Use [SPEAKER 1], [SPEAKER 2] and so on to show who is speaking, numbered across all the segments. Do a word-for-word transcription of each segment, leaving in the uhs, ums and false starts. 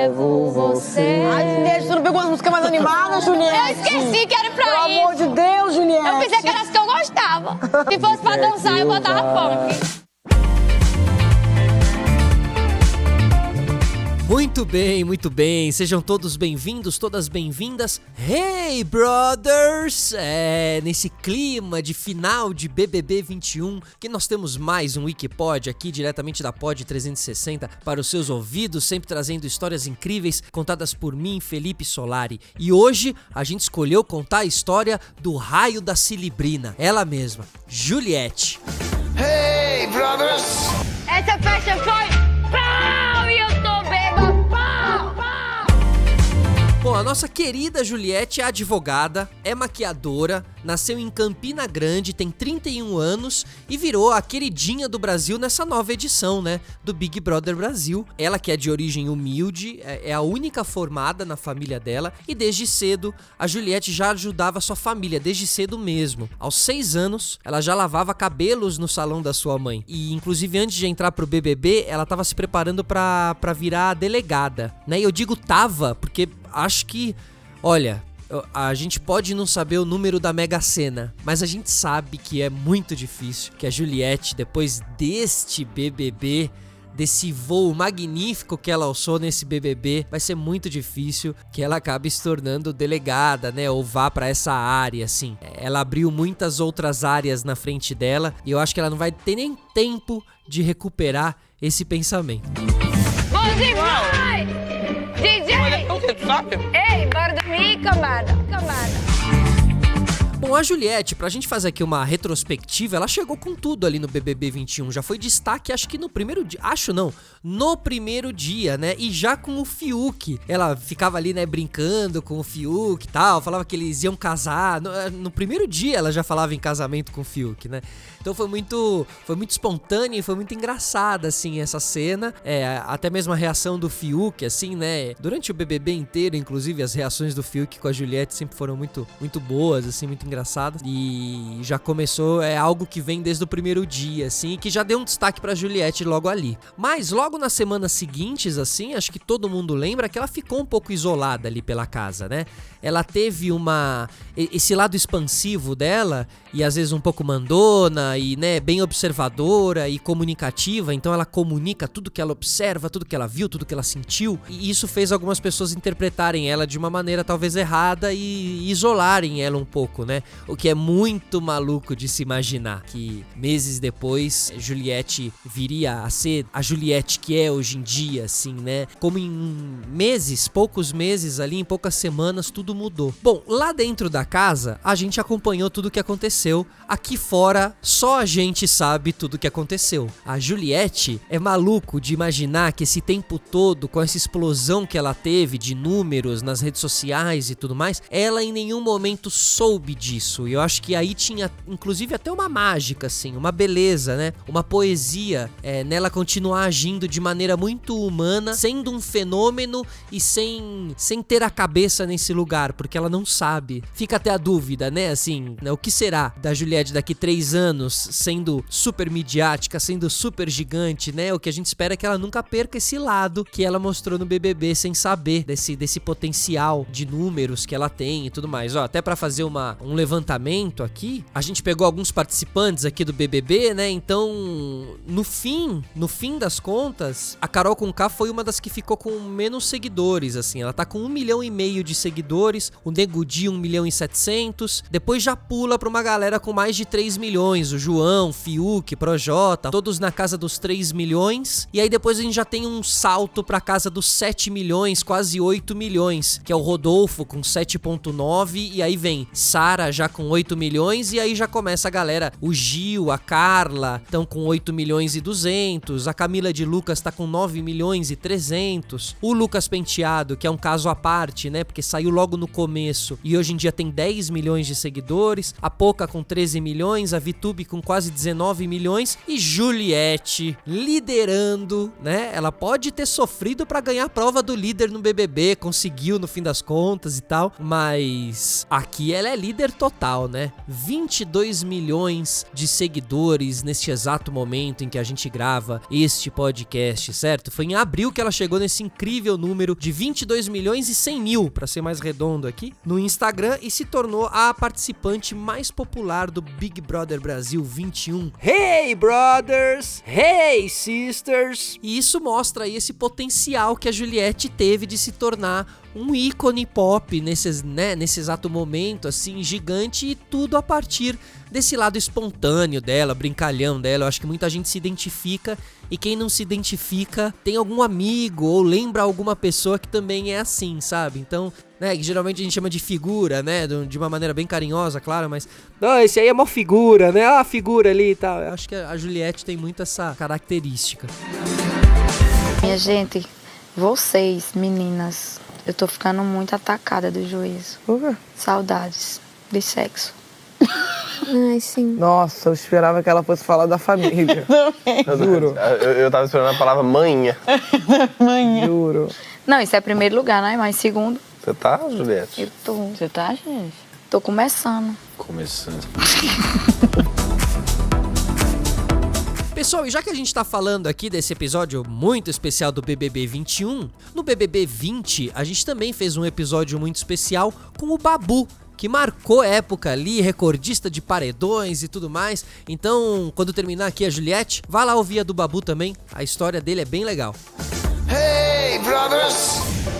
[SPEAKER 1] levo você.
[SPEAKER 2] Ai, Juliette, tu não pegou as músicas mais animadas, Juliette?
[SPEAKER 1] Eu esqueci que era pra
[SPEAKER 2] Pelo
[SPEAKER 1] isso.
[SPEAKER 2] amor de Deus, Juliette.
[SPEAKER 1] Eu pensei que era as que eu gostava. Se fosse pra dançar, eu botava funk.
[SPEAKER 3] Muito bem, muito bem, sejam todos bem-vindos, todas bem-vindas. Hey, brothers! É, nesse clima de final de B B B vinte e um, que nós temos mais um Wikipod aqui, diretamente da Pod trezentos e sessenta, para os seus ouvidos, sempre trazendo histórias incríveis, contadas por mim, Felipe Solari. E hoje, a gente escolheu contar a história do raio da Cilibrina, ela mesma, Juliette.
[SPEAKER 4] Hey, brothers!
[SPEAKER 1] Essa festa foi pau e eu tô beba pau, pau.
[SPEAKER 3] Bom, a nossa querida Juliette é advogada, é maquiadora, nasceu em Campina Grande, tem trinta e um anos e virou a queridinha do Brasil nessa nova edição, né, do Big Brother Brasil. Ela que é de origem humilde, é a única formada na família dela e desde cedo a Juliette já ajudava sua família, desde cedo mesmo. Aos seis anos, ela já lavava cabelos no salão da sua mãe e inclusive antes de entrar pro B B B, ela tava se preparando pra, pra virar delegada, né, e eu digo tava porque acho que, olha, a gente pode não saber o número da Mega Sena, mas a gente sabe que é muito difícil, que a Juliette, depois deste B B B, desse voo magnífico que ela alçou nesse B B B, vai ser muito difícil que ela acabe se tornando delegada, né, ou vá pra essa área, assim. Ela abriu muitas outras áreas na frente dela e eu acho que ela não vai ter nem tempo de recuperar esse pensamento.
[SPEAKER 1] Você vai! D J! Ei, bora dormir, cambada, cambada.
[SPEAKER 3] Bom, a Juliette, pra gente fazer aqui uma retrospectiva, ela chegou com tudo ali no B B B vinte e um, já foi destaque acho que no primeiro dia, acho não, no primeiro dia, né, e já com o Fiuk, ela ficava ali, né, brincando com o Fiuk e tal, falava que eles iam casar, no, no primeiro dia ela já falava em casamento com o Fiuk, né, então foi muito, foi muito espontânea e foi muito engraçada, assim, essa cena, é, até mesmo a reação do Fiuk, assim, né, durante o B B B inteiro, inclusive, as reações do Fiuk com a Juliette sempre foram muito, muito boas, assim, muito engraçadas. E já começou, é algo que vem desde o primeiro dia, assim, que já deu um destaque pra Juliette logo ali. Mas logo nas semanas seguintes, assim, acho que todo mundo lembra que ela ficou um pouco isolada ali pela casa, né? Ela teve uma... esse lado expansivo dela, e às vezes um pouco mandona, e, né, bem observadora e comunicativa, então ela comunica tudo que ela observa, tudo que ela viu, tudo que ela sentiu, e isso fez algumas pessoas interpretarem ela de uma maneira talvez errada e isolarem ela um pouco, né? O que é muito maluco de se imaginar que meses depois Juliette viria a ser a Juliette que é hoje em dia, assim, né? Como em meses, poucos meses ali, em poucas semanas, tudo mudou. Bom, lá dentro da casa, a gente acompanhou tudo o que aconteceu. Aqui fora, só a gente sabe tudo o que aconteceu. A Juliette é maluco de imaginar que esse tempo todo, com essa explosão que ela teve de números nas redes sociais e tudo mais, ela em nenhum momento soube disso. E eu acho que aí tinha, inclusive, até uma mágica, assim, uma beleza, né? Uma poesia é, nela continuar agindo de maneira muito humana, sendo um fenômeno e sem, sem ter a cabeça nesse lugar, porque ela não sabe. Fica até a dúvida, né? Assim, né? O que será da Juliette daqui três anos, sendo super midiática, sendo super gigante, né? O que a gente espera é que ela nunca perca esse lado que ela mostrou no B B B, sem saber desse, desse potencial de números que ela tem e tudo mais. Ó, até pra fazer uma, um levantamento aqui, a gente pegou alguns participantes aqui do B B B, né? Então, no fim, no fim das contas, a Carol Conká foi uma das que ficou com menos seguidores, assim. Ela tá com um milhão e meio de seguidores, o Nego Di um milhão e setecentos, depois já pula pra uma galera com mais de três milhões, o João, Fiuk, Projota, todos na casa dos três milhões, e aí depois a gente já tem um salto pra casa dos sete milhões, quase oito milhões, que é o Rodolfo com sete vírgula nove, e aí vem Sara já com oito milhões, e aí já começa a galera, o Gil, a Carla, estão com oito milhões e duzentos, a Camila de Lucas tá com nove milhões e trezentos, o Lucas Penteado, que é um caso à parte, né, porque saiu logo no começo, e hoje em dia tem dez milhões de seguidores, a Poca com treze milhões, a Vitube com quase dezenove milhões, e Juliette liderando, né, ela pode ter sofrido pra ganhar a prova do líder no B B B, conseguiu no fim das contas e tal, mas aqui ela é líder total, né? vinte e dois milhões de seguidores neste exato momento em que a gente grava este podcast, certo? Foi em abril que ela chegou nesse incrível número de vinte e dois milhões e cem mil, pra ser mais redondo aqui, no Instagram, e se tornou a participante mais popular do Big Brother Brasil vinte e um. Hey brothers! Hey sisters! E isso mostra aí esse potencial que a Juliette teve de se tornar um ícone pop nesse, né, nesse exato momento, assim, gigante, e tudo a partir desse lado espontâneo dela, brincalhão dela. Eu acho que muita gente se identifica, e quem não se identifica tem algum amigo ou lembra alguma pessoa que também é assim, sabe? Então, né, que geralmente a gente chama de figura, né, de uma maneira bem carinhosa, claro, mas não, esse aí é uma figura, né, ah, a figura ali e tal. Eu acho que a Juliette tem muito essa característica.
[SPEAKER 5] Minha gente, vocês, meninas, eu tô ficando muito atacada do juízo.
[SPEAKER 2] Por quê?
[SPEAKER 5] Saudades de sexo.
[SPEAKER 6] Ai, sim.
[SPEAKER 2] Nossa, eu esperava que ela fosse falar da família. Juro.
[SPEAKER 7] Eu, eu tava esperando a palavra manhã.
[SPEAKER 2] Manhã. Juro.
[SPEAKER 5] Não, isso é primeiro lugar, né? Mas segundo,
[SPEAKER 7] Você tá, Juliette?
[SPEAKER 5] eu tô.
[SPEAKER 1] Você tá, gente?
[SPEAKER 5] Tô começando.
[SPEAKER 7] Começando.
[SPEAKER 3] Pessoal, e já que a gente tá falando aqui desse episódio muito especial do B B B vinte e um, no B B B vinte a gente também fez um episódio muito especial com o Babu, que marcou época ali, recordista de paredões e tudo mais. Então, quando terminar aqui a Juliette, vai lá ouvir a do Babu também, a história dele é bem legal.
[SPEAKER 4] Hey, brothers!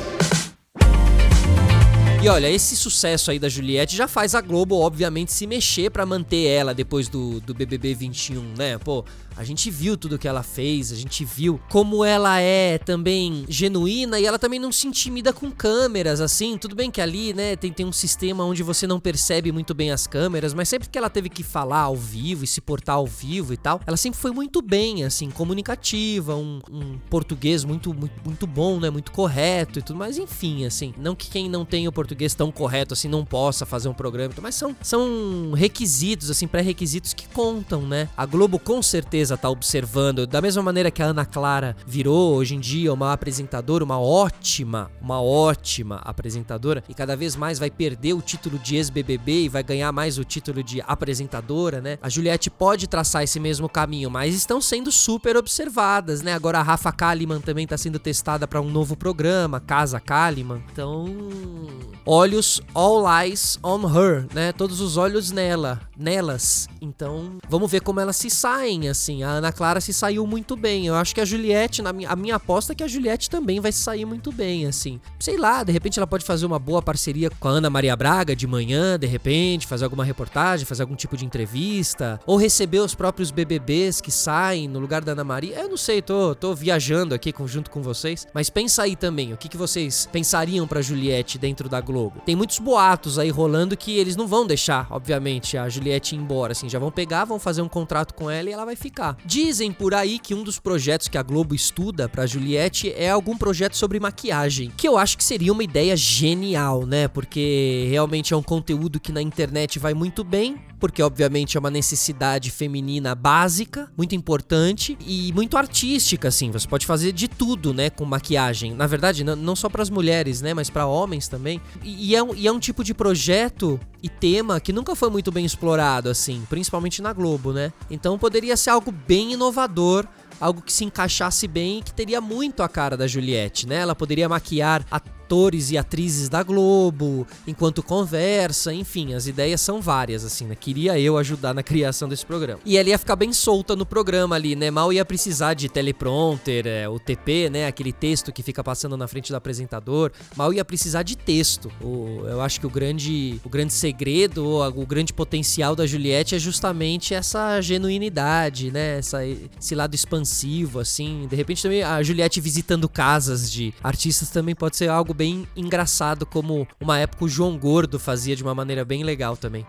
[SPEAKER 3] E olha, esse sucesso aí da Juliette já faz a Globo, obviamente, se mexer pra manter ela depois do, do B B B vinte e um, né? Pô, a gente viu tudo que ela fez, a gente viu como ela é também genuína, e ela também não se intimida com câmeras, assim. Tudo bem que ali, né, tem, tem um sistema onde você não percebe muito bem as câmeras, mas sempre que ela teve que falar ao vivo e se portar ao vivo e tal, ela sempre foi muito bem, assim, comunicativa, um, um português muito, muito, muito bom, né, muito correto e tudo mais, enfim, assim. Não que quem não tem o português tão correto assim não possa fazer um programa, mas são, são requisitos, assim, pré-requisitos que contam, né? A Globo com certeza tá observando, da mesma maneira que a Ana Clara virou hoje em dia uma apresentadora, uma ótima, uma ótima apresentadora, e cada vez mais vai perder o título de ex-B B B e vai ganhar mais o título de apresentadora, né? A Juliette pode traçar esse mesmo caminho, mas estão sendo super observadas, né? Agora a Rafa Kalimann também tá sendo testada para um novo programa, Casa Kalimann. Então, olhos, all eyes on her, né? Todos os olhos nela, nelas. Então, vamos ver como elas se saem, assim. A Ana Clara se saiu muito bem. Eu acho que a Juliette, na minha, a minha aposta é que a Juliette também vai se sair muito bem, assim. Sei lá, de repente ela pode fazer uma boa parceria com a Ana Maria Braga de manhã, de repente, fazer alguma reportagem, fazer algum tipo de entrevista, ou receber os próprios B B Bs que saem no lugar da Ana Maria. Eu não sei, tô, tô viajando aqui com, junto com vocês, mas pensa aí também, o que, que vocês pensariam pra Juliette dentro da Globo? Tem muitos boatos aí rolando que eles não vão deixar, obviamente, a Juliette ir embora, assim, já vão pegar, vão fazer um contrato com ela e ela vai ficar. Dizem por aí que um dos projetos que a Globo estuda pra Juliette é algum projeto sobre maquiagem, que eu acho que seria uma ideia genial, né? Porque realmente é um conteúdo que na internet vai muito bem, porque obviamente é uma necessidade feminina básica, muito importante e muito artística, assim. Você pode fazer de tudo, né, com maquiagem. Na verdade, não só pras mulheres, né, mas pra homens também. E, e, é um, e é um tipo de projeto e tema que nunca foi muito bem explorado, assim, principalmente na Globo, né? Então poderia ser algo bem inovador, algo que se encaixasse bem e que teria muito a cara da Juliette, né? Ela poderia maquiar atores e atrizes da Globo enquanto conversa, enfim, as ideias são várias, assim, né? Queria eu ajudar na criação desse programa. E ela ia ficar bem solta no programa ali, né? Mal ia precisar de teleprompter, é, o T P, né? Aquele texto que fica passando na frente do apresentador. Mal ia precisar de texto. O, eu acho que o grande, o grande segredo, o, o grande potencial da Juliette é justamente essa genuinidade, né? Essa, esse lado expansivo, assim. De repente também a Juliette visitando casas de artistas também pode ser algo bem engraçado, como uma época o João Gordo fazia de uma maneira bem legal também.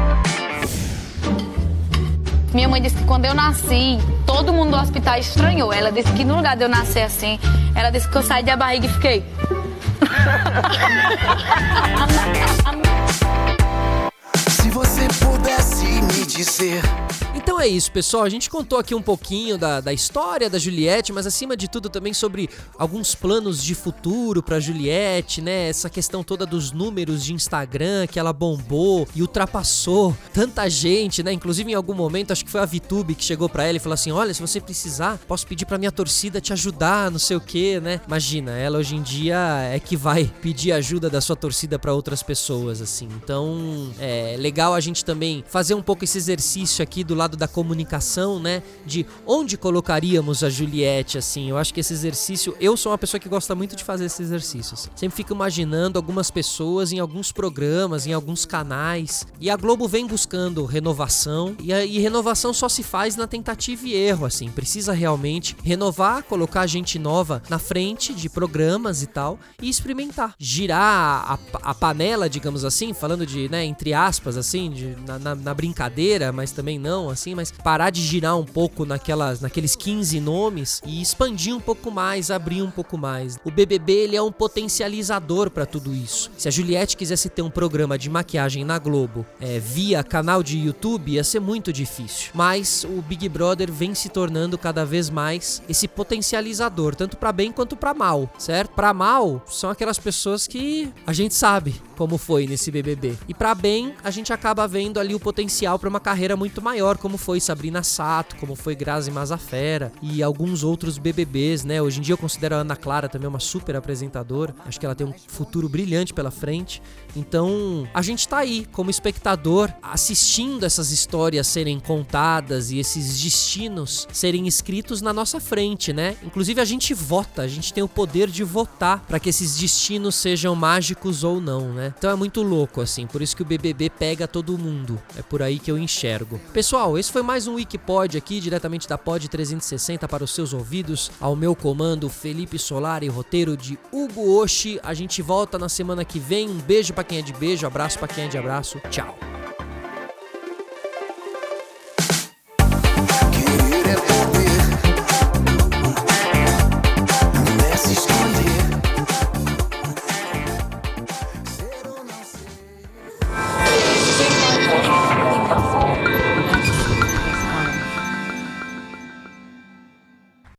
[SPEAKER 1] Minha mãe disse que quando eu nasci, todo mundo do hospital estranhou. Ela disse que no lugar de eu nascer assim, ela disse que eu saí da barriga e fiquei...
[SPEAKER 4] você pudesse me dizer.
[SPEAKER 3] Então é isso, pessoal, a gente contou aqui um pouquinho da, da história da Juliette, mas acima de tudo também sobre alguns planos de futuro pra Juliette, né, essa questão toda dos números de Instagram, que ela bombou e ultrapassou tanta gente, né, inclusive em algum momento, acho que foi a VTube que chegou pra ela e falou assim, olha, se você precisar, posso pedir pra minha torcida te ajudar, não sei o que, né, imagina, ela hoje em dia é que vai pedir ajuda da sua torcida pra outras pessoas, assim, então é legal a gente também fazer um pouco esse exercício aqui do lado da comunicação, né, de onde colocaríamos a Juliette, assim, eu acho que esse exercício, eu sou uma pessoa que gosta muito de fazer esses exercícios, sempre fico imaginando algumas pessoas em alguns programas, em alguns canais, e a Globo vem buscando renovação, e, a, e renovação só se faz na tentativa e erro, assim, precisa realmente renovar, colocar gente nova na frente de programas e tal, e experimentar, girar a, a panela, digamos assim, falando de, né, entre aspas, assim, de, na, na, na brincadeira, mas também não, assim, mas parar de girar um pouco naquelas, naqueles quinze nomes e expandir um pouco mais, abrir um pouco mais. O B B B, ele é um potencializador pra tudo isso. Se a Juliette quisesse ter um programa de maquiagem na Globo, é, via canal de YouTube, ia ser muito difícil. Mas o Big Brother vem se tornando cada vez mais esse potencializador, tanto pra bem quanto pra mal, certo? Pra mal, são aquelas pessoas que a gente sabe como foi nesse B B B. E pra bem, a gente acaba vendo ali o potencial pra uma carreira muito maior, como foi Sabrina Sato, como foi Grazi Mazzafera e alguns outros B B Bs, né? Hoje em dia eu considero a Ana Clara também uma super apresentadora. Acho que ela tem um futuro brilhante pela frente. Então, a gente tá aí como espectador, assistindo essas histórias serem contadas e esses destinos serem escritos na nossa frente, né? Inclusive a gente vota, a gente tem o poder de votar pra que esses destinos sejam mágicos ou não, né? Então é muito louco, assim, por isso que o B B B pega todo mundo. É por aí que eu enxergo. Pessoal, esse foi mais um Wikipod aqui, diretamente da Pod trezentos e sessenta para os seus ouvidos. Ao meu comando, Felipe Solari, roteiro de Hugo Oshi. A gente volta na semana que vem. Um beijo pra quem é de beijo, abraço pra quem é de abraço. Tchau.